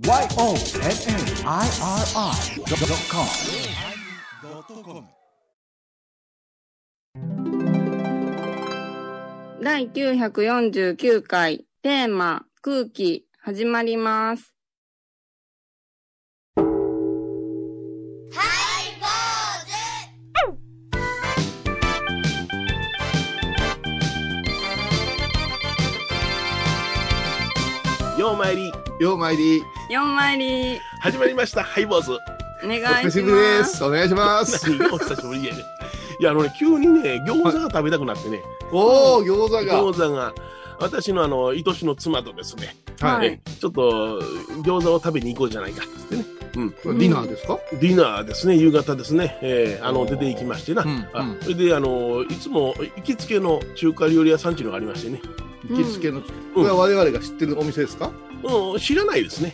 YONNIRI.com 第949回テーマ空気始まります。 ようまいりようまいり 4枚入り始まりました。ハイボーズお願いします。 お久しぶりです。お願いします。 何がお久しぶりやね。いや急にね餃子が食べたくなってね、 おー餃子が私の愛しの妻とですね、 はい、 ちょっと餃子を食べに行こうじゃないかってね、 ディナーですか？ ディナーですね、夕方ですね、出て行きましてな、それでいつも行きつけの中華料理屋さんっていうのがありましてね。 行きつけの、これは我々が知ってるお店ですか？ 知らないですね。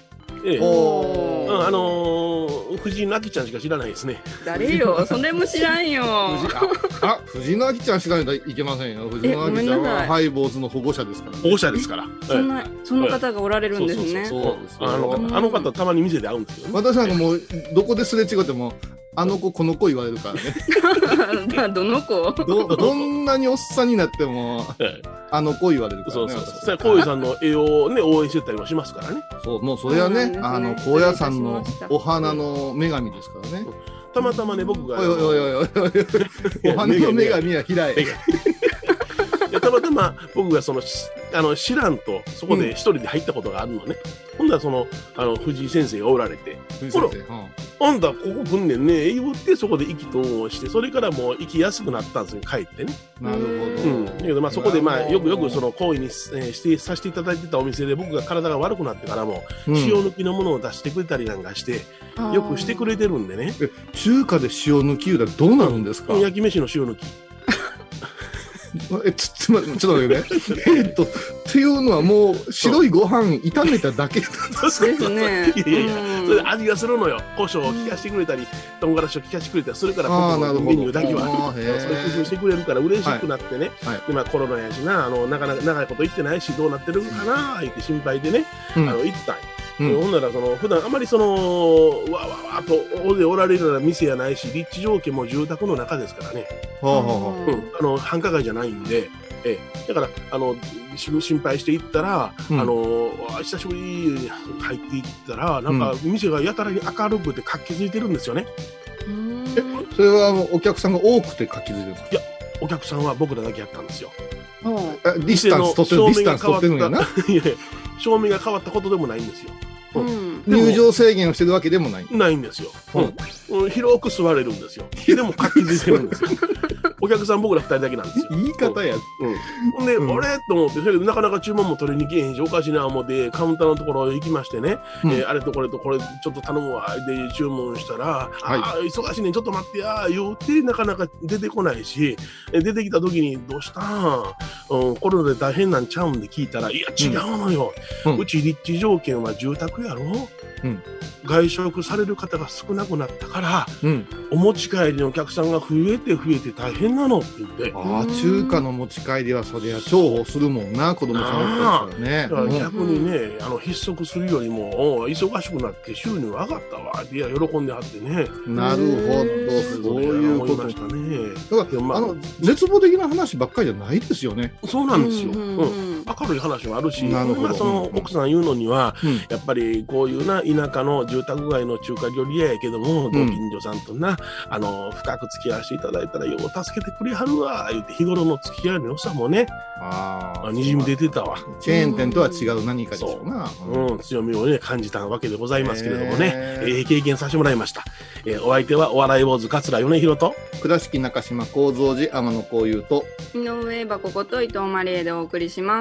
藤井のあきちゃんしか知らないですね。 誰よ、それも知らんよ。 藤井のあきちゃん知らないといけませんよ。藤井のあきちゃんはハイボーズの保護者ですから、ね。 保護者ですから。 その方がおられるんですね。 そうです。 あの方たまに店で会うんですよね。 私なんかもうどこですれ違ってもあの子この子言われるからね。 どの子？ どんなにおっさんになってもあの子言われるからね。 そうこういうさんの絵をね応援してたりもしますからね。 そうもうそれはね高野山のお花の女神ですからね。 たまたまね僕がお花の女神は平井。 たまたま僕が知らんとそこで一人で入ったことがあるのね。今度は藤井先生がおられて、あんたここ来んねんね言ってそこで意気投合して、それからもう行きやすくなったんですよ、帰ってね。 なるほど。 だけどそこでよく行為にしてさせていただいてたお店で、僕が体が悪くなってからも塩抜きのものを出してくれたりなんかしてよくしてくれてるんでね。 中華で塩抜き言うたらどうなるんですか？ 焼き飯の塩抜き。 ちょっと待ってね。っていうのはもう白いご飯炒めただけなんですね。 いやそれで味がするのよ。胡椒を効かしてくれたり、唐辛子を効かしてくれたりするから、僕のメニューだけはそれ工夫してくれるから嬉しくなってね。今コロナやしな、なかなか長いこと言ってないしどうなってるかな言って心配でね、行ったんよ。ほんなら普段あまりわーっと大勢おられるような店やないし、立地条件も住宅の中ですからね。繁華街じゃないんで、だから心配して行ったら、久しぶりに入っていったらなんか店がやたらに明るくて活気づいてるんですよね。 それはお客さんが多くて活気づいてるんですか？いや、 お客さんは僕らだけやったんですよ。 ディスタンス取ってるんやな。 照明が変わったことでもないんですよ。 入場制限をしてるわけでもないんですよ。広く座れるんですよ。でも活気づいてるんですよ。お客さん僕ら2人だけなんですよ。 言い方や。 ほんで、あれと思って、それでなかなか注文も取りに来えへんし、おかしいな思ってカウンターのところ行きましてね、あれとこれとこれちょっと頼むわで注文したら、忙しいねんちょっと待ってや言うてなかなか出てこないし、出てきた時にどうしたん、コロナで大変なんちゃうんで聞いたら、いや違うのよ、うち立地条件は住宅やろ、外食される方が少なくなったから、お持ち帰りのお客さんが増えて大変なのって言って。 中華の持ち帰りはそりゃ重宝するもんな、子供さんだったらね。 だから逆にね、筆足するよりも忙しくなって収入上がったわって喜んではってね。 なるほど、そういうことましたね。 だから絶望的な話ばっかりじゃないですよね。 そうなんですよ。明るい話もあるし、その奥さん言うのには、やっぱりこういうな田舎の住宅街の中華料理屋やけども、ご近所さんとな深く付き合わせていただいたらよう助けてくれはるわ言って、日頃の付き合いの良さもねにじみ出てたわ。 チェーン店とは違う何かでしょうな。 強みをね感じたわけでございますけれどもね、経験させてもらいました。お相手はお笑い坊主桂米宏と倉敷中島幸三寺天野幸雄と井上箱こと伊藤マリエでお送りします。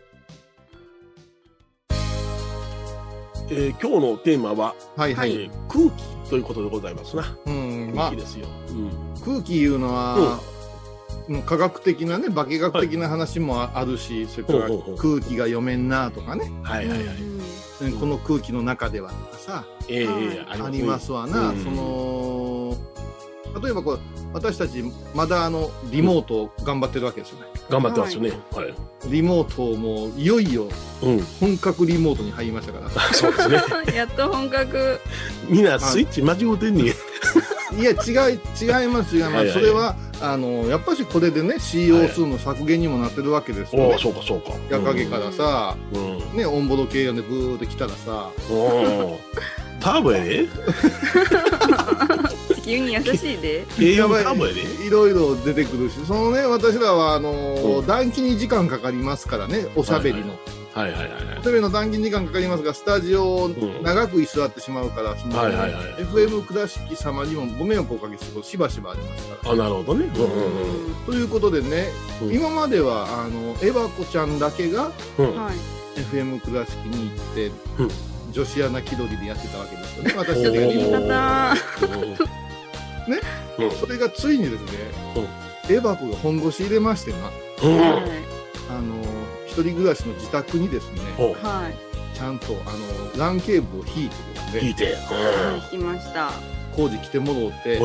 今日のテーマは、空気ということでございますな。空気ですよ。 空気いうのは、科学的なね、化学的な話もあるし、それから空気が読めんなとかね。この空気の中ではとかさ、ありますわな。 例えばこう私たちまだリモートを頑張ってるわけですよね。 頑張ってますよね。はい。 リモートもいよいよ本格リモートに入りましたから。 そうですね。 やっと本格。 みんなスイッチ間違うてんねん。 いや違います。それはやっぱしこれでね CO2 の削減にもなってるわけですよね。 そうかそうか。 夜影からさ、ねオンボロ軽油でブーって来たらさ、 ターボやで。 地球に優しいで。 ターボやで。 いろいろ出てくるし、そのね私らは暖気に時間かかりますからね、おしゃべりの。 はいはいはい。 おしゃべりの暖気に時間かかりますが、スタジオ長く居座ってしまうから、FM 倉敷様にもご迷惑をおかけすることしばしばありますから。 あ、なるほどね。 ということでね、今まではエバコちゃんだけが FM 倉敷に行って女子アナ気取りでやってたわけですよね。私たちがリモートね、それがついにですね、エバコが本腰入れましてな、一人暮らしの自宅にですね、ちゃんとLAN ケーブルを引いてですね、 引きました。 工事来てもろうて、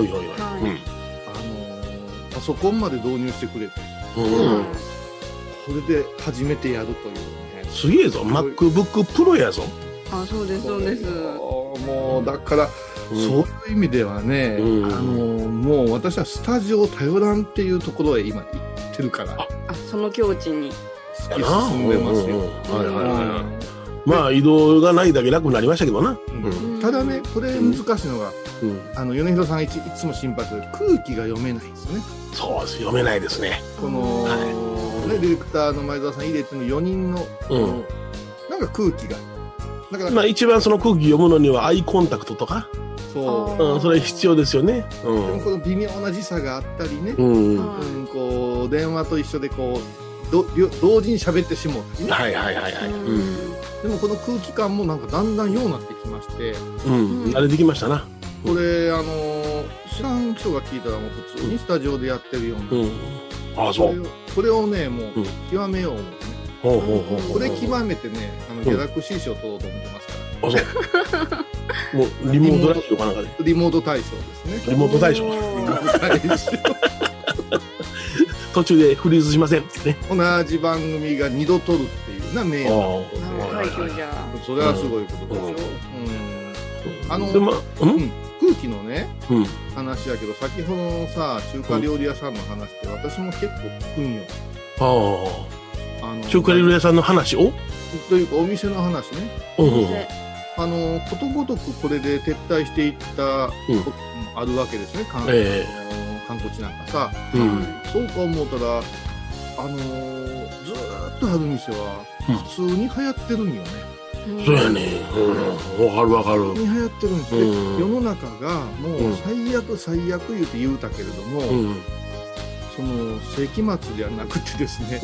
パソコンまで導入してくれて、これで初めてやるというね。 すげえぞ、MacBook Pro やぞ。 あ、そうですそうです。 もうだから、そういう意味ではね、もう私はスタジオを頼らんっていうところへ今行ってるから。 あ、その境地に突き進んでますよ。 まあ移動がないだけ楽になりましたけどな。 ただね、これ難しいのが、米広さんがいつも心配する空気が読めないんですよね。 そうです、読めないですね。 このディレクターの前澤さん入れての4人のなんか空気が。 まあ一番その空気読むのにはアイコンタクトとか、それ必要ですよね。 でもこの微妙な時差があったりね、こう電話と一緒でこう同時に喋ってしもうたりね。でもこの空気感もなんかだんだんようになってきまして、 慣れてきましたな。 これ知らん人が聞いたらもう普通にスタジオでやってるような。あ、そう。これをねもう極めよう思ってね。これ極めてねギャラクシー賞を取ろうと思ってますから。 あ、そう。もうリモート大賞かなんかで。 リモート大賞ですね。 リモート大賞。途中でフリーズしませんってね。 同じ番組が2度取るっていうな名誉快挙じゃ。 それはすごいことでしょ。空気のね話やけど、先ほどのさ中華料理屋さんの話って私も結構聞くんよ。 中華料理屋さんの話をというかお店の話ね。ことごとくこれで撤退していったこともあるわけですね。観光地なんかさ、そうか思うたらずーっとある店は普通に流行ってるんよね。 そうやね。わかる。 普通に流行ってるんですね。世の中がもう最悪言うたけれども、その世紀末ではなくてですね、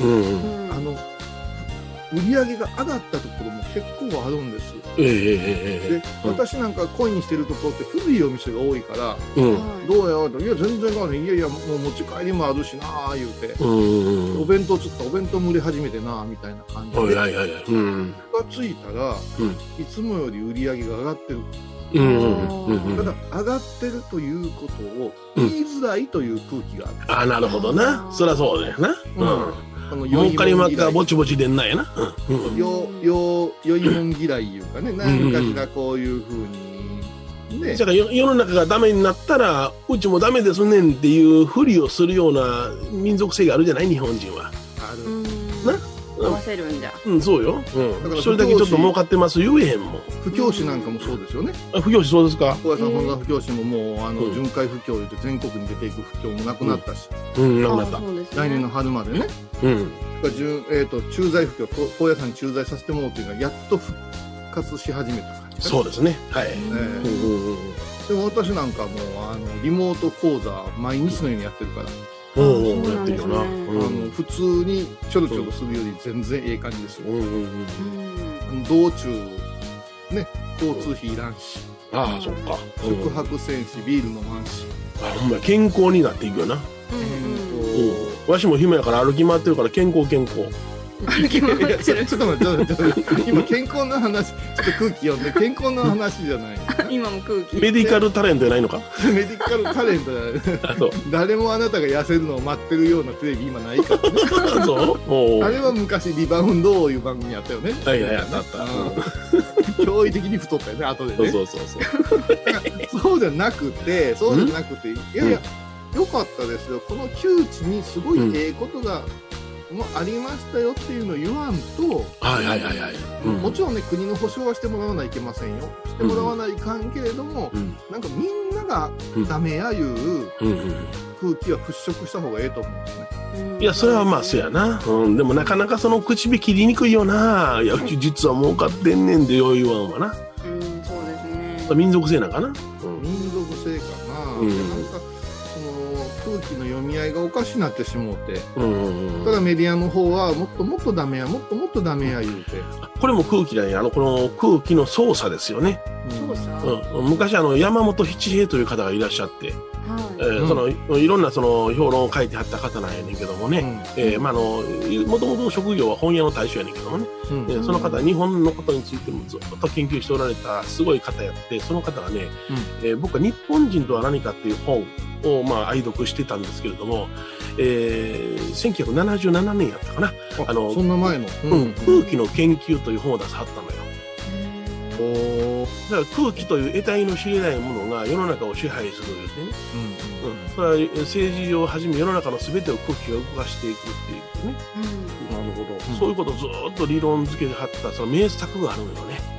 売り上げが上がったところも結構あるんです。で、私なんかコインにしてるところって古いお店が多いから、どうやと、いや全然変わらない、いやもう持ち帰りもあるしなあ言うて、お弁当も売れ始めてなあみたいな感じで、がついたら、いつもより売り上げが上がってる。ただ上がってるということを言いづらいという空気がある。 あ、なるほどな。そりゃそうだよな。儲かりまったらぼちぼちでんないやな。 よいもん嫌いいうかね、何かしらこういうふうにね。 だから世の中がダメになったらうちもダメですねんっていうふりをするような民族性があるじゃない、日本人は。 あるな。合わせるんじゃ。 そうよ。だからそれだけちょっと儲かってます言えへんもん。 不況師なんかもそうですよね。 不況師そうですか。 高野さん本田不況師ももう巡回不況言って全国に出ていく不況もなくなったし。 なくなった。 来年の春までね。駐在不況、高野さんに駐在させてもらうというのがやっと復活し始めた感じ。 そうですね。はい。 でも私なんかもリモート講座毎日のようにやってるから。 やってるよな。 普通にちょろちょろするより全然ええ感じですよ。道中ね、交通費いらんし。 ああ、そっか。 宿泊せんし、ビール飲まんし。 ほんま健康になっていくよな。わしも暇やから歩き回ってるから健康。 歩き回ってる。 ちょっと待って、今健康の話、ちょっと空気読んで健康の話じゃない。 今も空気。 メディカルタレントじゃないのか。 メディカルタレントじゃない。誰もあなたが痩せるのを待ってるようなテレビ今ないからね。そうあれは昔リバウンドいう番組やったよね。 はいはい、あった。 驚異的に太ったよね、後でね。そうそうじゃなくて、いやいや、よかったですよ。この窮地にすごいええことが、ありましたよっていうのを言わんと、もちろんね、国の保障はしてもらわないといけませんよ。してもらわないかんけれども、なんかみんながダメやいう空気は払拭した方がええと思うんですね。 いや、それはまあそうやな。でもなかなかその口火切りにくいよな。いや、うち実は儲かってんねんでよう言わんわな。 そうですね。 民族性なんかな。 民族性かな。なんか空気の読み合いがおかしになってしもうて、ただメディアの方はもっともっとダメやもっともっとダメや言うて、これも空気だね。この空気の操作ですよね。昔山本七平という方がいらっしゃって、いろんなその評論を書いてはった方なんやねんけどもね、もともとの職業は本屋の大将やねんけどもね、その方は日本のことについてもずっと研究しておられたすごい方やって、その方がね、僕は日本人とは何かっていう本を愛読してたんですけれども、1977年やったかな、 そんな前の、 空気の研究という本を出さはったのよ。だから空気という得体の知れないものが世の中を支配するんですね。それは政治をはじめ世の中の全てを空気が動かしていくっていうね。なるほど。そういうことをずっと理論付けではったその名作があるのよ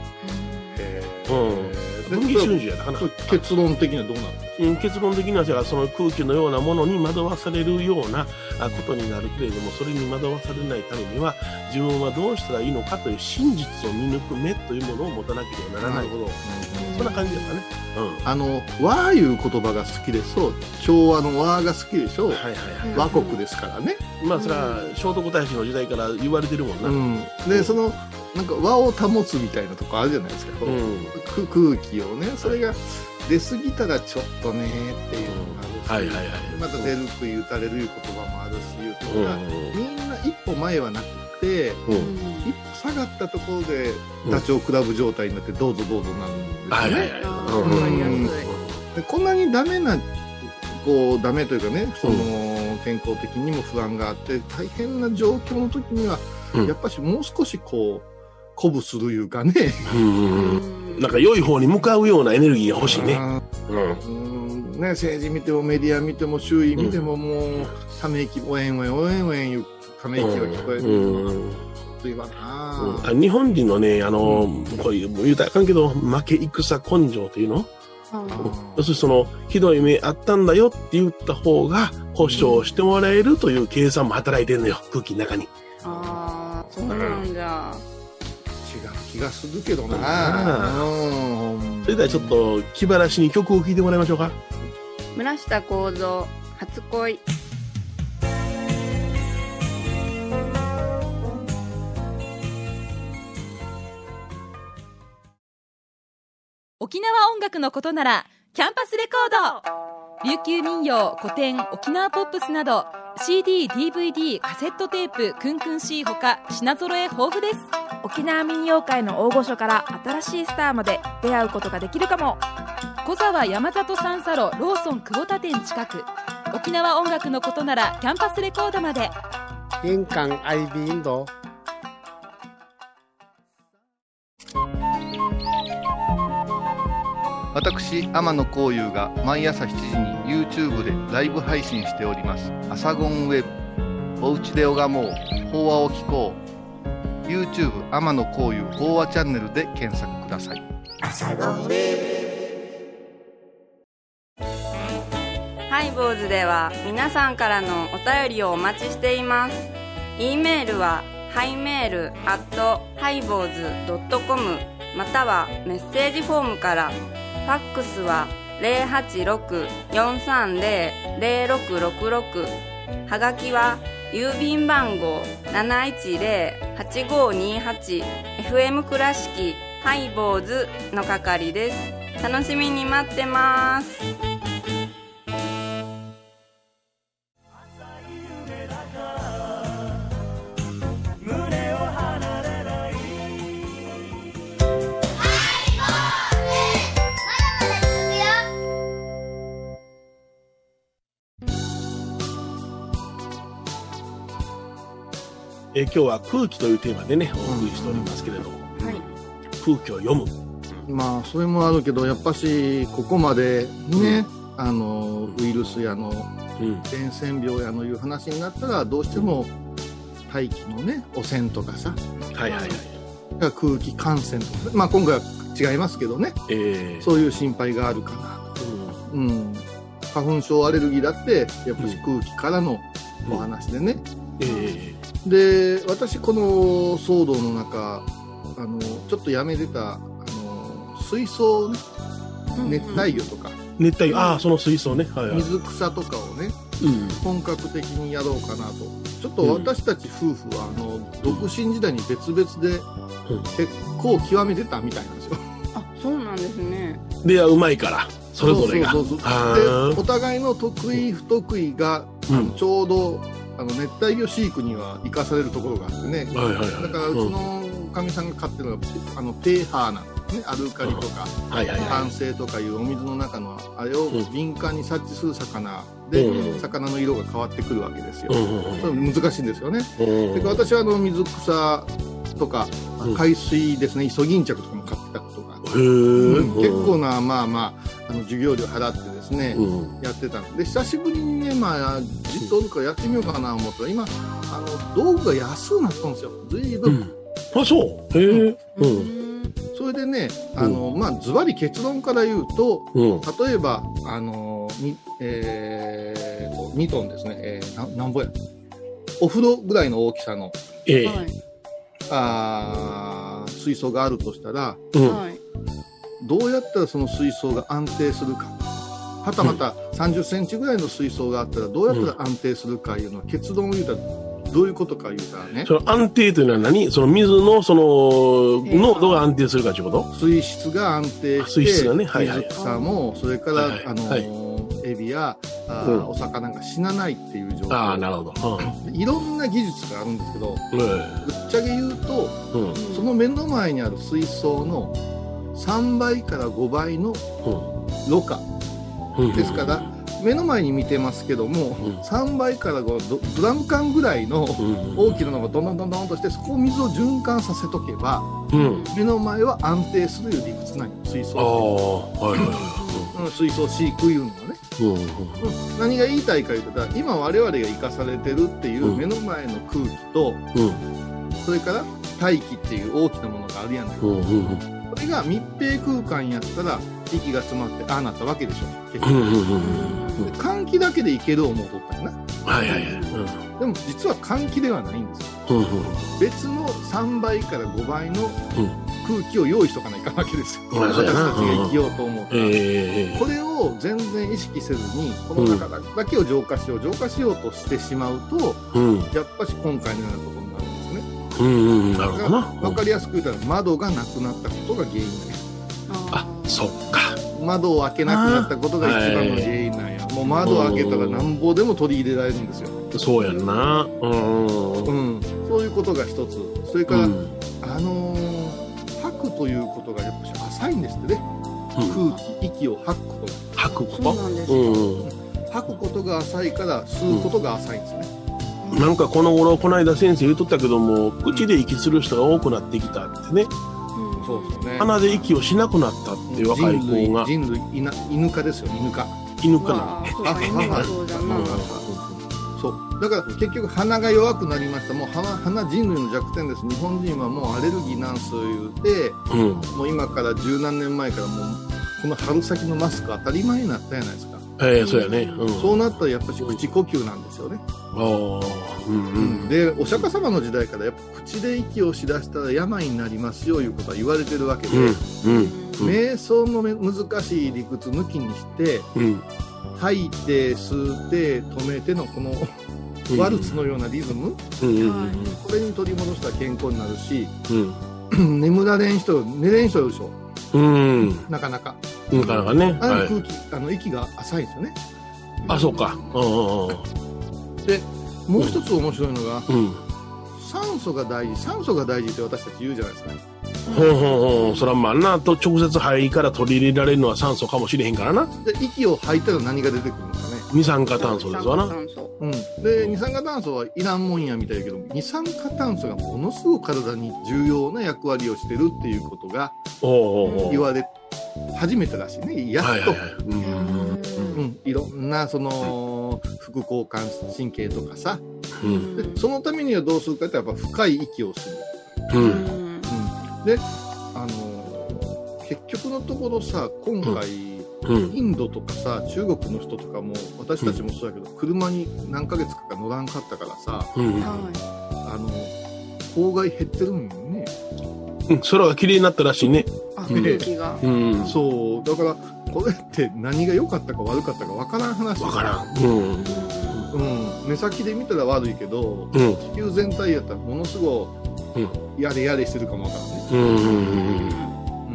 ね。文藝春秋やったかな。 結論的にはどうなるんですか？ 結論的にはその空気のようなものに惑わされるようなことになるけれども、それに惑わされないためには自分はどうしたらいいのかという真実を見抜く目というものを持たなければならない。そんな感じだったね。 和いう言葉が好きでしょ。調和の和が好きでしょ。和国ですからね。 まあそれは聖徳太子の時代から言われてるもんな。 でそのなんか和を保つみたいなとこあるじゃないですか。空気をね、それが出過ぎたらちょっとねっていうのがあるし、また出る杭打たれるいう言葉もあるし、いうとかみんな一歩前はなくて、一歩下がったところでダチョウ倶楽部状態になってどうぞどうぞなるんですよね。こんなにダメなダメというかね、その健康的にも不安があって大変な状況の時には、やっぱしもう少し鼓舞するいうかね、 なんか良い方に向かうようなエネルギーが欲しいね。 ね、政治見てもメディア見ても周囲見てももうため息おえんおえんおえんおえんいうため息が聞こえる。 日本人のね、こういう言うたらあかんけど負け戦根性というの、要するにそのひどい目あったんだよって言った方が保証してもらえるという計算も働いてるのよ、空気の中に。 そうなんだ。 違う気がするけどな。 それではちょっと気晴らしに曲を聴いてもらいましょうか。 村下幸三、初恋。 沖縄音楽のことならキャンパスレコード。琉球民謡、古典、沖縄ポップスなど CD、DVD、カセットテープ、クンクン C ほか品揃え豊富です。 沖縄民謡界の大御所から新しいスターまで出会うことができるかも。小沢山里三佐路ローソン久保田店近く。沖縄音楽のことならキャンパスレコードまで。 玄関アイビーンド。 私天野幸雄が毎朝7時に YouTube でライブ配信しておりますアサゴンウェブ。おうちで拝もう法話を聞こう。 YouTube 天野幸雄法話チャンネルで検索ください。アサゴンウェブ。 ハイボーズでは皆さんからのお便りをお待ちしています。 E メールはハイメール@highboz.com またはメッセージフォームから。ファックスは 086-430-0666。 はがきは郵便番号 710-8528 FM 倉敷ハイボーズの係です。楽しみに待ってます。 今日は空気というテーマでねお送りしておりますけれども、はい、空気を読む。 まあそれもあるけどやっぱしここまでね、ウイルスやの伝染病やのいう話になったらどうしても大気のね汚染とかさ、はいはいはい、空気感染とか、まあ今回は違いますけどね、そういう心配があるかなと、花粉症アレルギーだってやっぱり空気からのお話でね、で私この騒動の中ちょっとやめてた水槽ね、熱帯魚とか熱帯魚、その水槽ね、はいはい、 水草とかをね、本格的にやろうかなと。ちょっと私たち夫婦は独身時代に別々で結構極めてたみたいなんですよ。 あ、そうなんですね。 でうまいからそれぞれがでお互いの得意不得意が、ちょうど熱帯魚飼育には生かされるところがあってね、だからうちのかみさんが飼ってるのがペーハーなんですね。アルカリとか酸性とかいうお水の中のあれを敏感に察知する魚で、魚の色が変わってくるわけですよ。それ難しいんですよね。で私は水草とか海水ですね、イソギンチャクとかも飼ってたことがあって、結構な授業料払ってですね、やってたんで久しぶりにね実装とかやってみようかなと思ったら今道具が安くなったんですよ。随分、 あ、そうへえ、 それでねズバリ結論から言うと、例えば2トンですね、なんぼやお風呂ぐらいの大きさの、水槽があるとしたら、どうやったらその水槽が安定するか、はたまた30センチぐらいの水槽があったらどうやったら安定するかいうのは結論を言うたらどういうことか言うたらね、 その安定というのは何？その水のその濃度が安定するかということ？ 水質が安定して、水質がね、水草もそれからエビやお魚が死なないっていう状況。 なるほど。 いろんな技術があるんですけど、ぶっちゃけ言うと、その目の前にある水槽の3倍から5倍のろ過、ですから目の前に見てますけども、3倍から5ドラム缶ぐらいの大きなのがどんどんどんどんとして、そこを水を循環させとけば、目の前は安定するいう理屈なんよ、水槽水槽飼育いうのはね、何が言いたいか言ったら今我々が生かされてるっていう目の前の空気と、それから大気っていう大きなものがあるやないか、これが密閉空間やったら息が詰まってああなったわけでしょ結局、換気だけでいける思うとったんやな。でも実は換気ではないんですよ、別の3倍から5倍の空気を用意しとかないかんわけですよ、私たちが生きようと思うから、これを全然意識せずにこの中だけを浄化しようとしてしまうと、やっぱし今回のようなことになるんですね。 なるほどな。 分かりやすく言ったら窓がなくなったことが原因だよ。 そっか。 窓を開けなくなったことが一番の原因なんや。もう窓を開けたらなんぼでも取り入れられるんですよ。 そうやんな。 そういうことが一つ。それから、吐くということがやっぱり浅いんですってね。息を吐くことが。 吐くこと？ そうなんですか。 吐くことが浅いから吸うことが浅いんですね。 なんかこの間先生言うとったけども、口で息する人が多くなってきたってね。 そうですね。 鼻で息をしなくなったっていう若い子が。 人類犬科ですよ、犬科。 犬科なの。 そうだから結局鼻が弱くなりました。もう鼻人類の弱点です。日本人はもうアレルギーなんす言うて、もう今から十何年前からもうこの春先のマスク当たり前になったじゃないですか。 そうやね。 そうなったらやっぱり口呼吸なんですよね。でお釈迦様の時代からやっぱ口で息をしだしたら病になりますよいうことは言われてるわけで、瞑想の難しい理屈抜きにして、吐いて吸って止めてのこのワルツのようなリズム、これに取り戻したら健康になるし、眠られん人寝れん人いるでしょ。なかなかね。 空気息が浅いですよね。 そうか。 でもう一つ面白いのが、酸素が大事って私たち言うじゃないですか。 それはまあなと直接肺から取り入れられるのは酸素かもしれへんからな。 で息を吐いたら何が出てくるんですかね。 二酸化炭素ですわな。 で二酸化炭素はいらんもんやみたいだけど、二酸化炭素がものすごく体に重要な役割をしてるっていうことが言われ初めてらしいね、やっと。いろんなその副交感神経とかさ、でそのためにはどうするかってやっぱ深い息をする。で結局のところさ、今回、インドとかさ、中国の人とかも私たちもそうだけど、車に何ヶ月か乗らんかったからさ、公害減ってるんよね。 空が綺麗になったらしいね。 空気が。 そうだからこれって何が良かったか悪かったか分からん話。 分からん。 目先で見たら悪いけど、地球全体やったらものすごいやれやれしてるかも分からんね。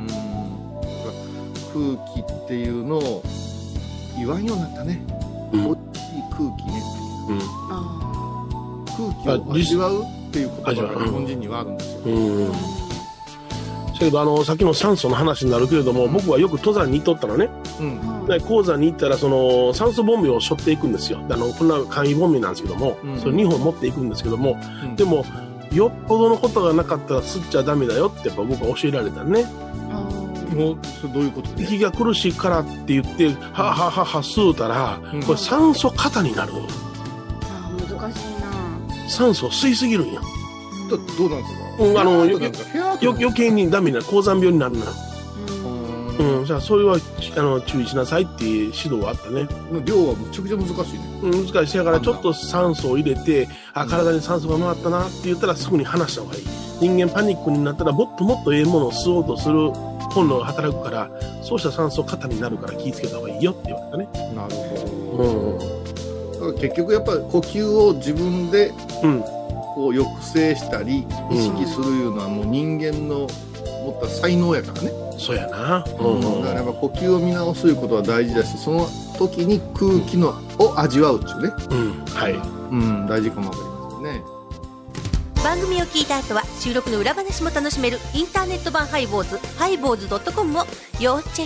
空気っていうのを言わんようになったね。おっきい空気ねっていう。空気を味わうっていう言葉が日本人にはあるんですよ。 だけどさっきの酸素の話になるけれども、僕はよく登山に行っとったらね、鉱山に行ったらその酸素ボンベを背負っていくんですよ。こんな簡易ボンベなんですけども、それ2本持っていくんですけども、でもよっぽどのことがなかったら吸っちゃダメだよってやっぱ僕は教えられたね。 もうそれどういうことで？ 息が苦しいからって言ってはははは吸うたら、これ酸素過多になる。 難しいな。 酸素吸いすぎるんよ。 どうなんですか？ 余計にダメな高山病になるな。じゃあそれは注意しなさいっていう指導があったね。 量はむちゃくちゃ難しいね。 難しい。だからちょっと酸素を入れて、体に酸素が回ったなって言ったらすぐに離した方がいい。人間パニックになったらもっともっとええものを吸おうとする本能が働くから、そうした酸素過多になるから気をつけた方がいいよって言われたね。 なるほど。だから結局やっぱり呼吸を自分でこう抑制したり意識するいうのはもう人間の持った才能やからね。 そうやな。 だからやっぱ呼吸を見直すいうことは大事だし、その時に空気のを味わうっていうね。大事かもわかりますよね。 番組を聞いた後は収録の裏話も楽しめるインターネット版ハイボーズ、ハイボーズ.com を要チェッ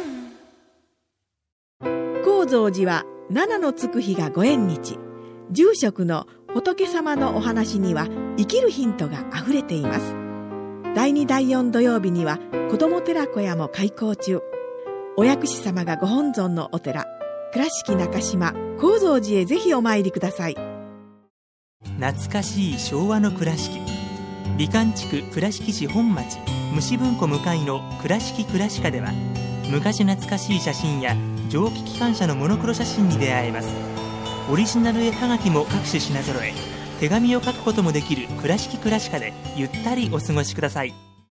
ク。 高蔵寺は七のつく日がご縁日。住職の仏様のお話には生きるヒントがあふれています。第2第4土曜日には子ども寺小屋も開校中。お薬師様がご本尊のお寺、倉敷中島・高蔵寺へぜひお参りください。 懐かしい昭和の倉敷、美観地区倉敷市本町虫文庫向かいの倉敷倉歯科では、昔懐かしい写真や蒸気機関車のモノクロ写真に出会えます。オリジナル絵はがきも各種品揃え、手紙を書くこともできる倉敷倉歯科でゆったりお過ごしください。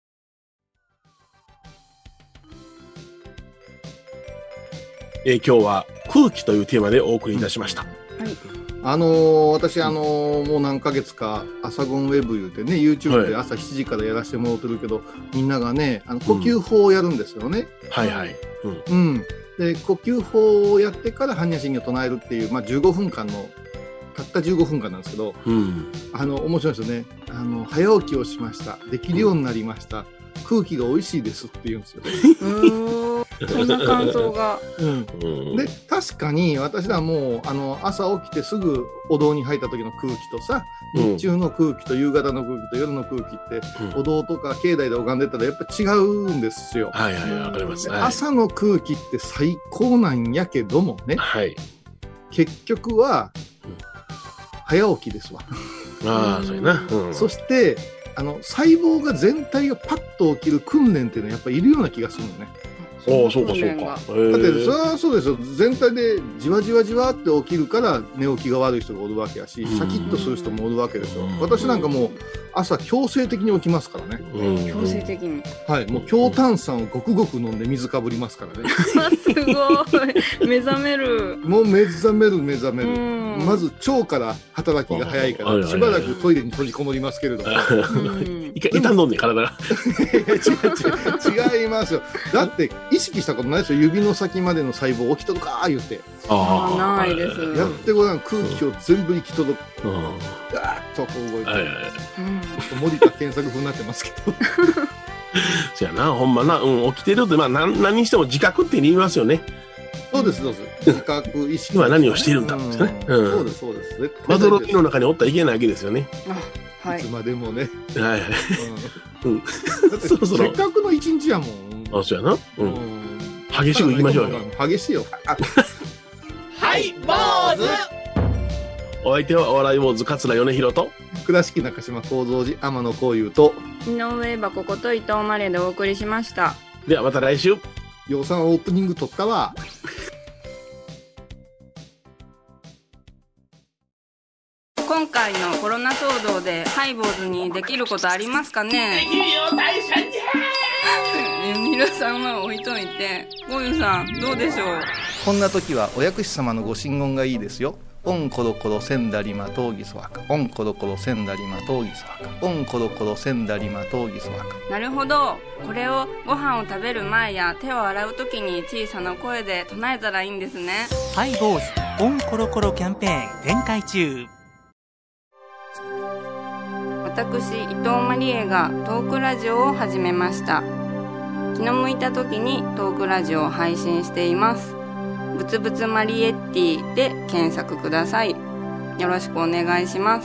今日は空気というテーマでお送りいたしました。 私もう何ヶ月か朝ゴンウェブ言うてね、 YouTube で朝7時からやらせてもらってるけど、みんながね呼吸法をやるんですよね。で呼吸法をやってから般若心経を唱えるっていう、15分間のたった15分間なんですけど、面白いですよね。早起きをしました、できるようになりました、空気が美味しいですって言うんですよ。 そんな感想が。 で確かに私らも朝起きてすぐお堂に入った時の空気とさ、日中の空気と夕方の空気と夜の空気って、お堂とか境内で拝んでたらやっぱ違うんですよ。 わかります。 朝の空気って最高なんやけどもね、結局は早起きですわ。 そうやな。 そして細胞が全体がパッと起きる訓練っていうのはやっぱりいるような気がするのね。 そうか。だってそれはそうですよ。全体でじわじわじわって起きるから寝起きが悪い人がおるわけやし、シャキッとする人もおるわけですよ。私なんかもう朝強制的に起きますからね。 強制的に。 もう強炭酸をごくごく飲んで水かぶりますからね。 すごい。目覚める。 もう目覚める。まず腸から働きが早いからしばらくトイレに閉じこもりますけれども。 一旦飲んで体が。 違いますよ。だって意識したことないですよ。指の先までの細胞起きとるか言って。 ないです。 やってごらん、空気を全部行き届く。ガーッとこう動いて。森田健作風になってますけど。 そやな、ほんまな、起きてるって何にしても自覚って言いますよね。 そうですそうです。深く意識。 今何をしているんだですね。 そうですそうです。 まどろみの中におったらいけないわけですよね。 いつまでもね。 はいはい。 そろそろ。せっかくの一日やもん。 あ、そうやな。激しくいきましょうよ。 激しいよ。 はい坊主。お相手はお笑い坊主桂米宏と倉敷中島幸三寺天野幸雄と井上箱こと伊藤マレーでお送りしました。 ではまた来週。 ようさんオープニング撮ったわ。 今回のコロナ騒動でハイボーズにできることありますかね。 できるよ大社じゃ米宏さんは置いといて、幸雄さんどうでしょう。 こんな時はお薬師様のご神言がいいですよ。オンコロコロセンダリマトウギソワカ、オンコロコロセンダリマトウギソワカ、オンコロコロセンダリマトウギソワカ。 なるほど。これをご飯を食べる前や手を洗う時に小さな声で唱えたらいいんですね。 ハイボーズオンコロコロキャンペーン展開中。 私伊藤マリエがトークラジオを始めました。気の向いた時にトークラジオを配信しています。ぶつぶつマリエッティで検索ください。よろしくお願いします。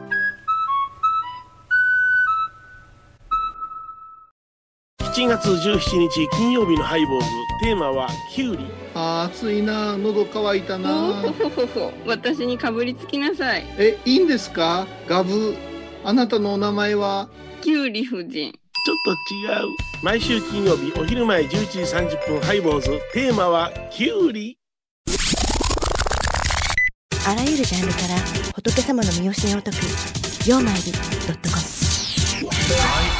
7月17日金曜日のハイボーズ、テーマはキュウリ。 暑いな、喉乾いたな。 私にかぶりつきなさい。 いいんですか。ガブ。あなたのお名前はキュウリ夫人。 ちょっと違う。毎週金曜日お昼前11時30分ハイボーズ、テーマはキュウリ。 あらゆるジャンルから仏様の身教えを解く曜マイル.com。